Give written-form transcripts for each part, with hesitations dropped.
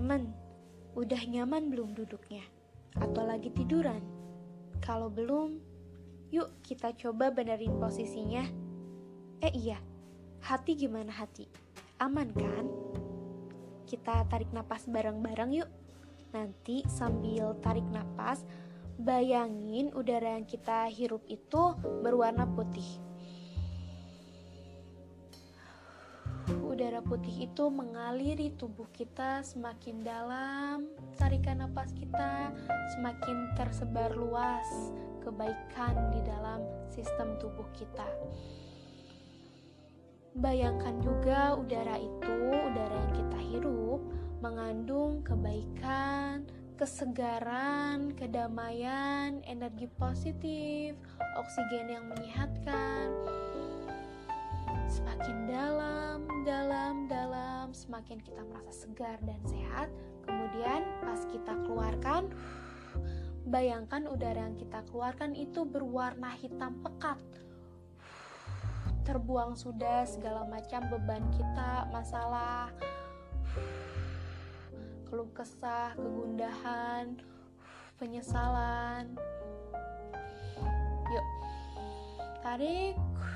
teman-teman, udah nyaman belum duduknya? Atau lagi tiduran? Kalau belum, yuk kita coba benerin posisinya. Iya, hati gimana hati? Aman kan? Kita tarik napas bareng-bareng yuk. Nanti sambil tarik napas, bayangin udara yang kita hirup itu berwarna putih. Udara putih itu mengaliri tubuh kita semakin dalam. Tarikan napas kita semakin tersebar luas kebaikan di dalam sistem tubuh kita. Bayangkan juga udara itu, udara yang kita hirup, mengandung kebaikan, kesegaran, kedamaian, energi positif, oksigen yang menyehatkan. Semakin dalam, semakin kita merasa segar dan sehat. Kemudian pas kita keluarkan, bayangkan udara yang kita keluarkan itu berwarna hitam pekat. Terbuang sudah segala macam beban kita, masalah, keluh kesah, kegundahan, penyesalan. Yuk, tarik,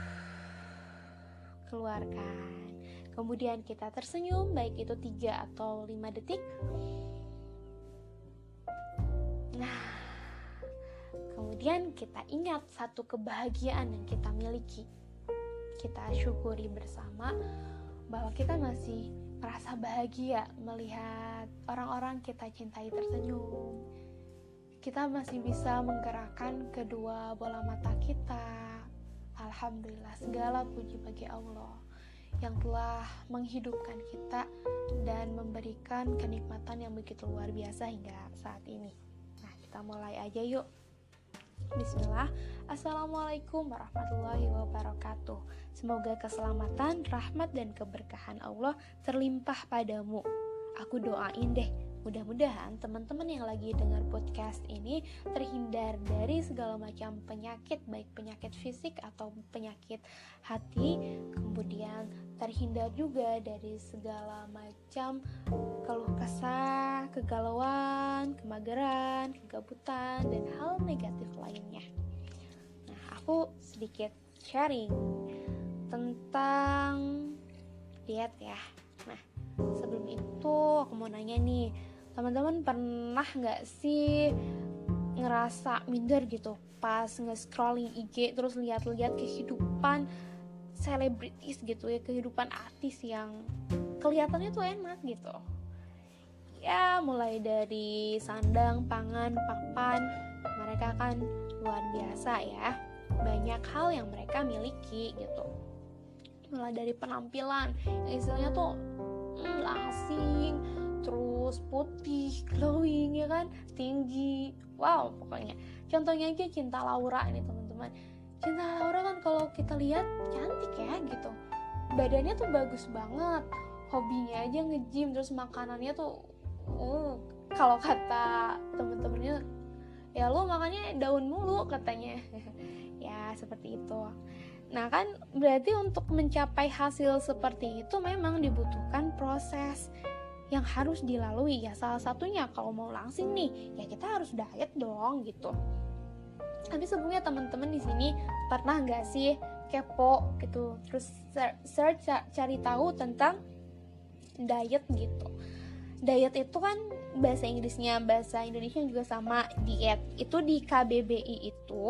keluarkan. Kemudian kita tersenyum, baik itu 3 atau 5 detik. Nah, kemudian kita ingat satu kebahagiaan yang kita miliki. Kita syukuri bersama bahwa kita masih merasa bahagia melihat orang-orang kita cintai tersenyum. Kita masih bisa menggerakkan kedua bola mata kita. Alhamdulillah, segala puji bagi Allah yang telah menghidupkan kita dan memberikan kenikmatan yang begitu luar biasa hingga saat ini. Nah, kita mulai aja yuk. Bismillah. Assalamualaikum warahmatullahi wabarakatuh. Semoga keselamatan, rahmat, dan keberkahan Allah terlimpah padamu. Aku doain deh, mudah-mudahan teman-teman yang lagi dengar podcast ini terhindar dari segala macam penyakit, baik penyakit fisik atau penyakit hati. Kemudian terhindar juga dari segala macam keluh kesah, kegalauan, kemageran, kegabutan, dan hal negatif lainnya. Nah, aku sedikit sharing tentang diet ya. Nah, sebelum itu aku mau nanya nih, teman-teman pernah gak sih ngerasa minder gitu pas nge-scrolling IG terus lihat-lihat kehidupan selebritis gitu ya, kehidupan artis yang kelihatannya tuh enak gitu ya, mulai dari sandang, pangan, papan, mereka kan luar biasa ya, banyak hal yang mereka miliki gitu, mulai dari penampilan yang istilahnya tuh langsing, terus putih, glowing ya kan, tinggi, wow pokoknya. Contohnya aja Cinta Laura nih teman-teman. Cinta Laura kan kalau kita lihat cantik ya gitu, badannya tuh bagus banget, hobinya aja nge-gym, terus makanannya tuh kalau kata temen-temennya ya lo makannya daun mulu katanya. Ya seperti itu. Nah kan berarti untuk mencapai hasil seperti itu memang dibutuhkan proses yang harus dilalui ya. Salah satunya kalau mau langsing nih ya kita harus diet dong gitu. Tapi sebelumnya teman-teman di sini pernah nggak sih kepo gitu, terus search cari tahu tentang diet gitu. Diet itu kan bahasa Inggrisnya, bahasa Indonesia juga sama, diet. Itu di KBBI itu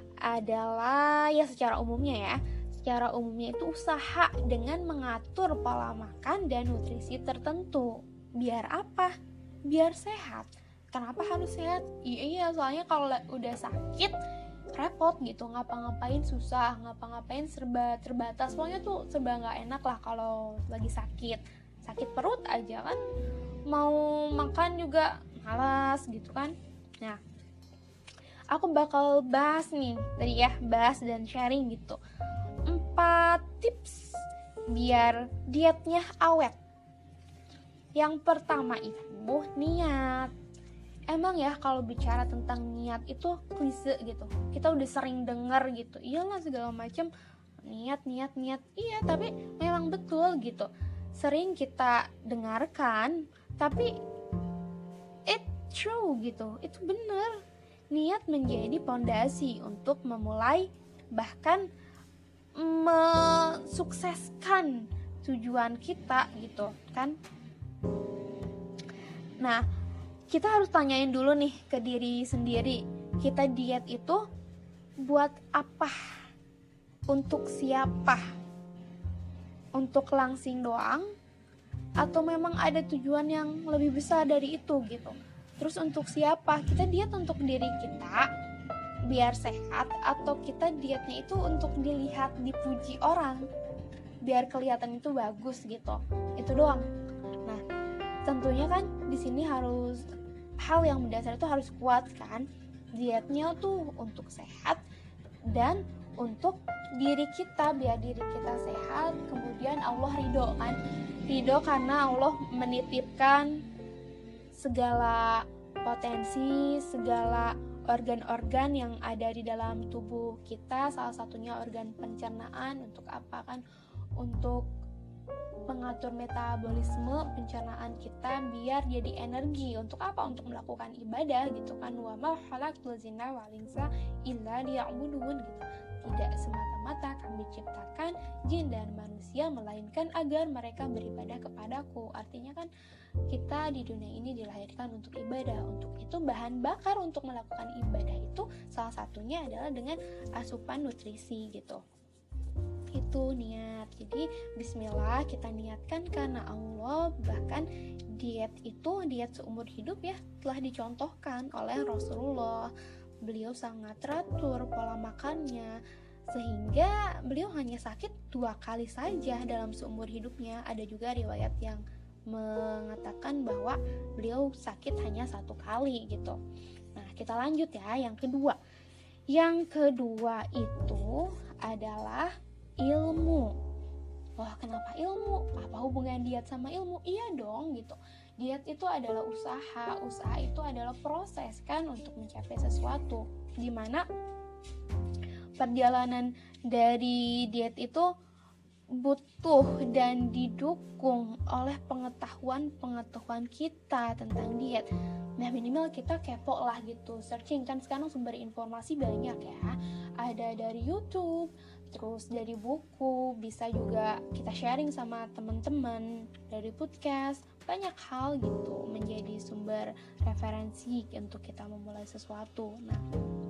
adalah ya secara umumnya itu usaha dengan mengatur pola makan dan nutrisi tertentu. Biar apa? Biar sehat. Kenapa harus sehat? Iya, soalnya kalau udah sakit repot gitu, ngapa-ngapain susah, ngapa-ngapain serba terbatas, pokoknya tuh serba nggak enak lah kalau lagi sakit perut aja kan, mau makan juga malas gitu kan. Nah, aku bakal bahas nih tadi ya, bahas dan sharing gitu 4 tips biar dietnya awet. Yang pertama itu niat. Emang ya kalau bicara tentang niat itu klise gitu, kita udah sering denger gitu, iyalah segala macam niat. Iya, tapi memang betul gitu, sering kita dengarkan, tapi true gitu, itu bener. Niat menjadi pondasi untuk memulai bahkan mensukseskan tujuan kita gitu kan. Nah, kita harus tanyain dulu nih ke diri sendiri, kita diet itu buat apa? Untuk siapa? Untuk langsing doang? Atau memang ada tujuan yang lebih besar dari itu gitu? Terus untuk siapa? Kita diet untuk diri kita biar sehat, atau kita dietnya itu untuk dilihat, dipuji orang biar kelihatan itu bagus gitu? Itu doang. Nah, tentunya kan di sini harus hal yang mendasar itu harus kuat kan. Dietnya tuh untuk sehat dan untuk diri kita, biar diri kita sehat, kemudian Allah ridho kan. Ridho karena Allah menitipkan segala potensi, segala organ-organ yang ada di dalam tubuh kita, salah satunya organ pencernaan. Untuk apa kan? Untuk mengatur metabolisme pencernaan kita biar jadi energi. Untuk apa? Untuk melakukan ibadah gitu kan. Wa ma khalaqtul jinna wal insa illa liya'budun gitu. Tidak semata-mata kami ciptakan jin dan manusia melainkan agar mereka beribadah kepadaku. Artinya kan kita di dunia ini dilahirkan untuk ibadah. Untuk itu bahan bakar untuk melakukan ibadah itu salah satunya adalah dengan asupan nutrisi gitu. Itu niat. Jadi bismillah, kita niatkan karena Allah. Bahkan diet itu, diet seumur hidup ya, telah dicontohkan oleh Rasulullah. Beliau sangat teratur pola makannya, sehingga beliau hanya sakit 2 kali saja dalam seumur hidupnya. Ada juga riwayat yang mengatakan bahwa beliau sakit hanya 1 kali gitu. Nah, kita lanjut ya, yang kedua. Yang kedua itu adalah ilmu. Wah, kenapa ilmu? Apa hubungan diet sama ilmu? Iya dong gitu. Diet itu adalah usaha. Usaha itu adalah proses kan untuk mencapai sesuatu. Dimana perjalanan dari diet itu butuh dan didukung oleh pengetahuan kita tentang diet. Nah, minimal kita kepo lah gitu, searching kan sekarang sumber informasi banyak ya. Ada dari YouTube, terus dari buku, bisa juga kita sharing sama teman-teman dari podcast. Banyak hal gitu menjadi sumber referensi untuk kita memulai sesuatu. Nah,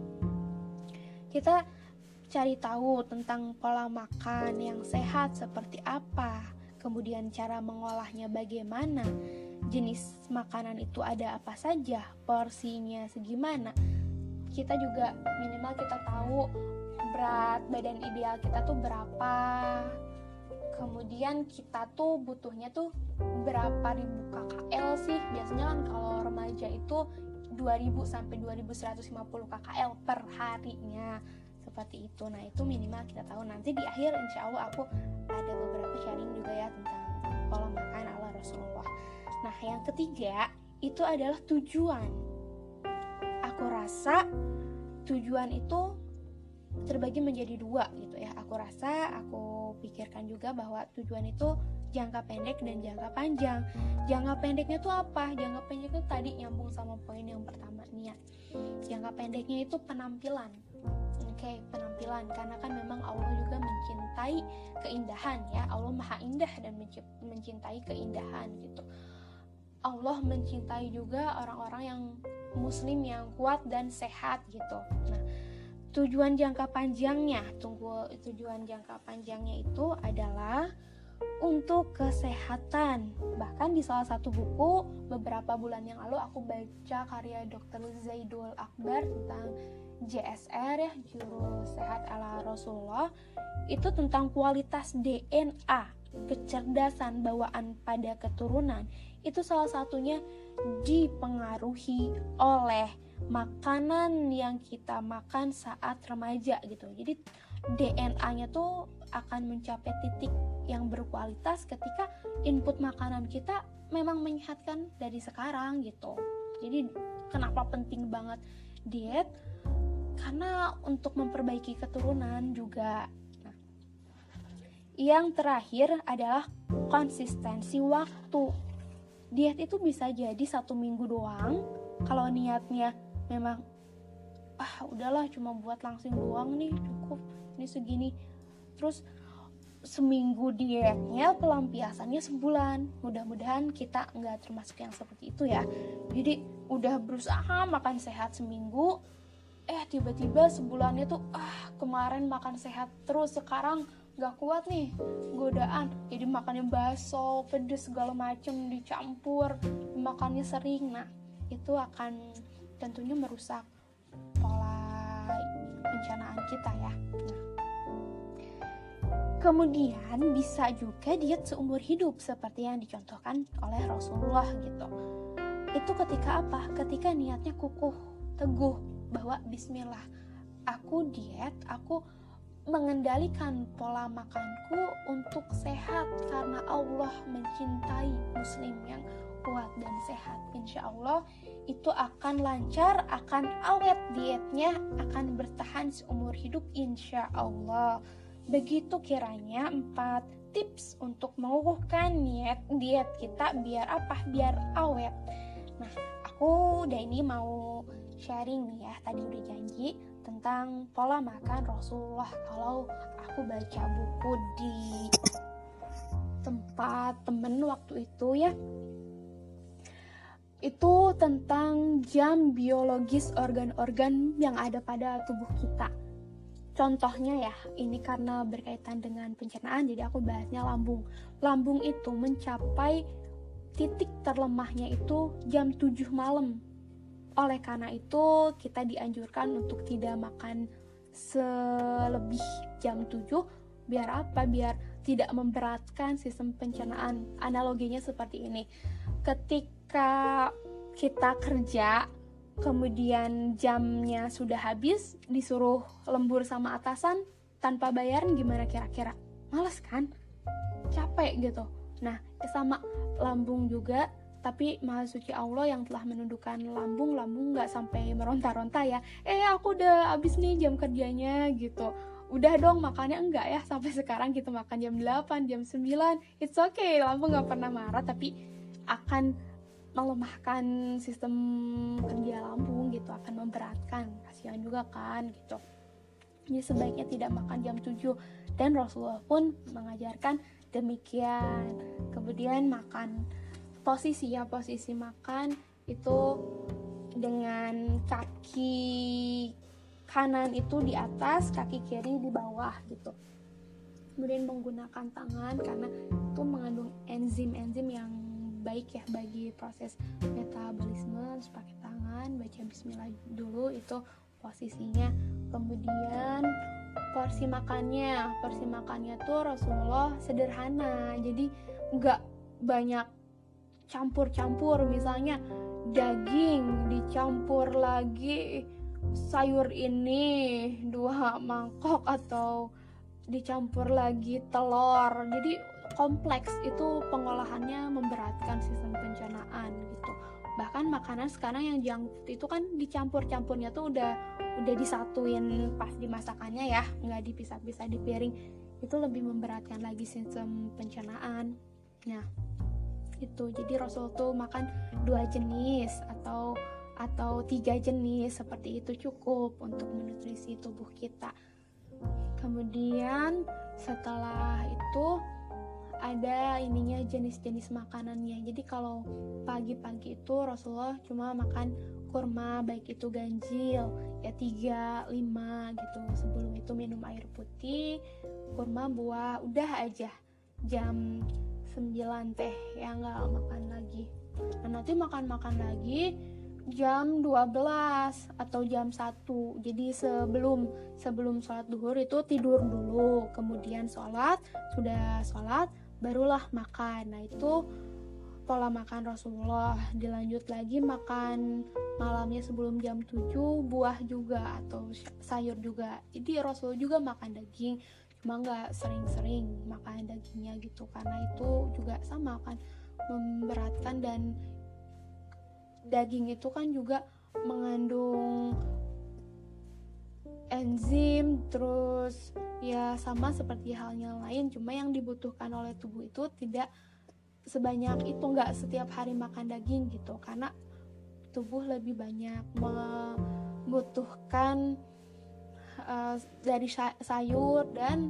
kita cari tahu tentang pola makan yang sehat seperti apa, kemudian cara mengolahnya bagaimana, jenis makanan itu ada apa saja, porsinya segimana. Kita juga minimal kita tahu berat badan ideal kita tuh berapa, kemudian kita tuh butuhnya tuh berapa ribu KKL sih. Biasanya kan kalau remaja itu 2000 sampai 2150 KKL per harinya, seperti itu. Nah, itu minimal kita tahu. Nanti di akhir insya Allah aku ada beberapa sharing juga ya tentang pola makan ala Rasulullah. Nah, yang ketiga itu adalah tujuan. Aku rasa tujuan itu terbagi menjadi 2 gitu ya. Aku pikirkan juga bahwa tujuan itu jangka pendek dan jangka panjang. Jangka pendeknya itu apa? Jangka pendek itu tadi nyambung sama poin yang pertama, niat. Jangka pendeknya itu penampilan. Penampilan, karena kan memang Allah juga mencintai keindahan ya. Allah maha indah dan mencintai keindahan gitu. Allah mencintai juga orang-orang yang muslim yang kuat dan sehat gitu. Nah, tujuan jangka panjangnya itu adalah untuk kesehatan. Bahkan di salah satu buku beberapa bulan yang lalu aku baca karya Dr. Zaidul Akbar tentang JSR ya, Juru Sehat ala Rasulullah. Itu tentang kualitas DNA, kecerdasan bawaan pada keturunan. Itu salah satunya dipengaruhi oleh makanan yang kita makan saat remaja gitu. Jadi DNA-nya tuh akan mencapai titik yang berkualitas ketika input makanan kita memang menyehatkan dari sekarang gitu. Jadi kenapa penting banget diet? Karena untuk memperbaiki keturunan juga. Nah, yang terakhir adalah konsistensi waktu. Diet itu bisa jadi 1 minggu doang, Kalau niatnya memang udahlah cuma buat langsing doang nih, cukup ini segini, terus seminggu dietnya, pelampiasannya sebulan. Mudah-mudahan kita nggak termasuk yang seperti itu ya. Jadi udah berusaha makan sehat seminggu, tiba-tiba sebulannya tuh kemarin makan sehat terus, sekarang nggak kuat nih godaan, jadi makannya bakso, pedes segala macem dicampur, makannya sering. Nah itu akan tentunya merusak pola pencernaan kita ya. Kemudian bisa juga diet seumur hidup seperti yang dicontohkan oleh Rasulullah gitu. Itu ketika apa? Ketika niatnya kukuh, teguh bahwa bismillah, aku diet, aku mengendalikan pola makanku untuk sehat karena Allah mencintai muslim yang kuat dan sehat. Insya Allah itu akan lancar, akan awet dietnya, akan bertahan seumur hidup insya Allah. Begitu kiranya 4 tips untuk mengukuhkan diet kita biar apa? Biar awet. Nah, aku udah ini mau sharing nih ya, tadi udah janji tentang pola makan Rasulullah. Kalau aku baca buku di tempat temen waktu itu ya, itu tentang jam biologis organ-organ yang ada pada tubuh kita. Contohnya ya, ini karena berkaitan dengan pencernaan, jadi aku bahasnya lambung. Lambung itu mencapai titik terlemahnya itu jam 7 malam. Oleh karena itu, kita dianjurkan untuk tidak makan selebih jam 7. Biar apa? Biar tidak memberatkan sistem pencernaan. Analoginya seperti ini. Ketika kita kerja, kemudian jamnya sudah habis, disuruh lembur sama atasan tanpa bayaran, gimana kira-kira? Males kan? Capek gitu. Nah, sama lambung juga, tapi maha suci Allah yang telah menundukkan lambung gak sampai meronta-ronta ya. Aku udah habis nih jam kerjanya gitu. Udah dong makannya, enggak ya, sampai sekarang kita makan jam 8, jam 9. It's okay, lambung gak pernah marah, tapi akan melemahkan sistem kerja lambung gitu, akan memberatkan, kasihan juga kan gitu. Jadi sebaiknya tidak makan jam 7, dan Rasulullah pun mengajarkan demikian. Kemudian makan posisi makan itu dengan kaki kanan itu di atas, kaki kiri di bawah gitu. Kemudian menggunakan tangan karena itu mengandung enzim-enzim yang baik ya bagi proses metabolisme. Harus pakai tangan, baca bismillah dulu, itu posisinya. Kemudian porsi makannya tuh Rasulullah sederhana, jadi nggak banyak campur-campur, misalnya daging dicampur lagi sayur ini 2 mangkok, atau dicampur lagi telur, jadi kompleks, itu pengolahannya memberatkan sistem pencernaan gitu. Bahkan makanan sekarang yang junk food itu kan dicampur-campurnya tuh udah disatuin pas dimasakannya ya, nggak dipisah-pisah di piring, itu lebih memberatkan lagi sistem pencernaan. Nah itu, jadi Rasul tuh makan 2 jenis atau 3 jenis, seperti itu cukup untuk menutrisi tubuh kita. Kemudian setelah itu ada ininya, jenis-jenis makanannya. Jadi kalau pagi-pagi itu Rasulullah cuma makan kurma, baik itu ganjil ya 3, 5 gitu. Sebelum itu minum air putih, kurma, buah, udah aja. Jam 9 teh ya, nggak makan lagi. Nah nanti makan lagi jam 12 atau jam 1. Jadi sebelum sholat duhur itu tidur dulu, kemudian sudah sholat barulah makan. Nah itu pola makan Rasulullah. Dilanjut lagi makan malamnya sebelum jam 7, buah juga atau sayur juga. Jadi Rasul juga makan daging, cuma gak sering-sering makan dagingnya gitu, karena itu juga sama kan memberatkan, dan daging itu kan juga mengandung enzim, terus ya sama seperti halnya lain, cuma yang dibutuhkan oleh tubuh itu tidak sebanyak itu, nggak setiap hari makan daging gitu, karena tubuh lebih banyak membutuhkan dari sayur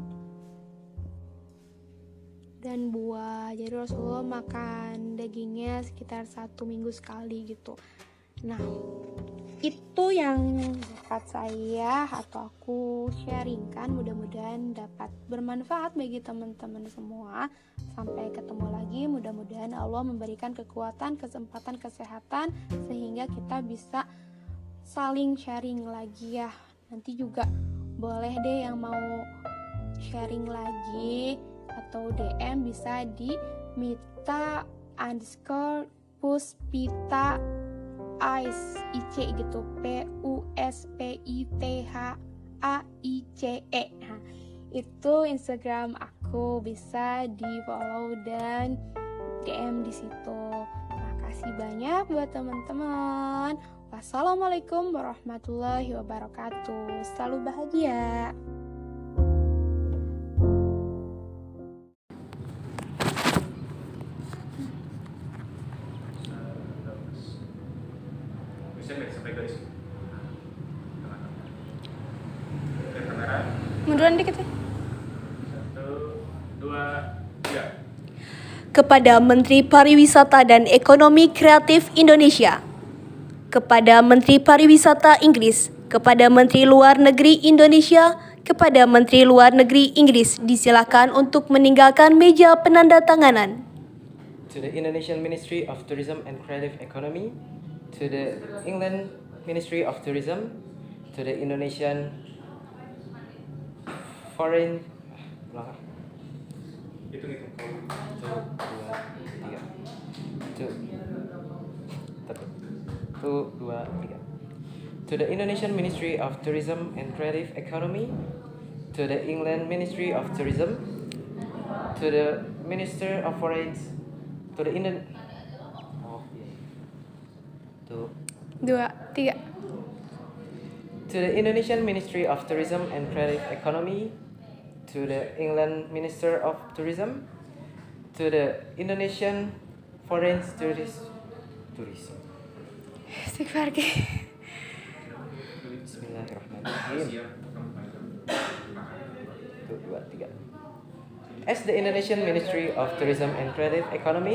dan buah. Jadi Rasulullah makan dagingnya sekitar 1 minggu sekali gitu. Nah, itu yang dapat saya atau aku sharingkan, mudah-mudahan dapat bermanfaat bagi teman-teman semua. Sampai ketemu lagi, mudah-mudahan Allah memberikan kekuatan, kesempatan, kesehatan sehingga kita bisa saling sharing lagi ya. Nanti juga boleh deh yang mau sharing lagi atau DM bisa di Mita_Puspita IC gitu, PUSPITHAICE. Nah, itu Instagram aku, bisa di follow dan DM di situ. Makasih banyak buat teman-teman. Wassalamualaikum warahmatullahi wabarakatuh. Selalu bahagia. Sampai garis ke kamera. Munduran dikit ya. 1, 2, 3. Kepada Menteri Pariwisata dan Ekonomi Kreatif Indonesia, kepada Menteri Pariwisata Inggris, kepada Menteri Luar Negeri Indonesia, kepada Menteri Luar Negeri Inggris, disilakan untuk meninggalkan meja penandatanganan. To the Indonesian Ministry of Tourism and Creative Economy, to the England Ministry of Tourism, to the Indonesian Foreign Hitung. 1, 2, 3. 1, 2, 3. To the Indonesian Ministry of Tourism and Creative Economy, to the England Ministry of Tourism, to the Minister of Foreign, to the Indian. 2, 3. To the Indonesian Ministry of Tourism and Creative Economy, to the England Minister of Tourism, to the Indonesian Foreign Tourism. Istighfar. Bismillahirrahmanirrahim. 1, 2, 3. As the Indonesian Ministry of Tourism and Creative Economy.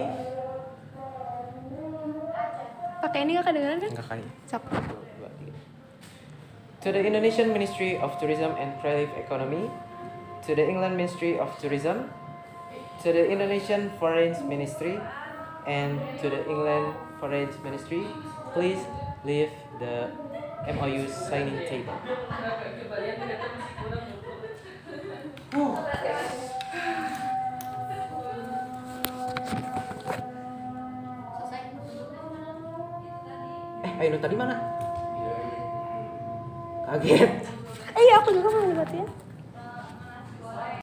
Pakai ini nggak kedengeran kan? Enggak kali. Sok. 1, 2, 3. To the Indonesian Ministry of Tourism and Creative Economy, to the England Ministry of Tourism, to the Indonesian Foreign Ministry, and to the England Foreign Ministry, please leave the MOU signing table. Ayo tadi mana? Kaget. Iya, aku juga mau lihat ya.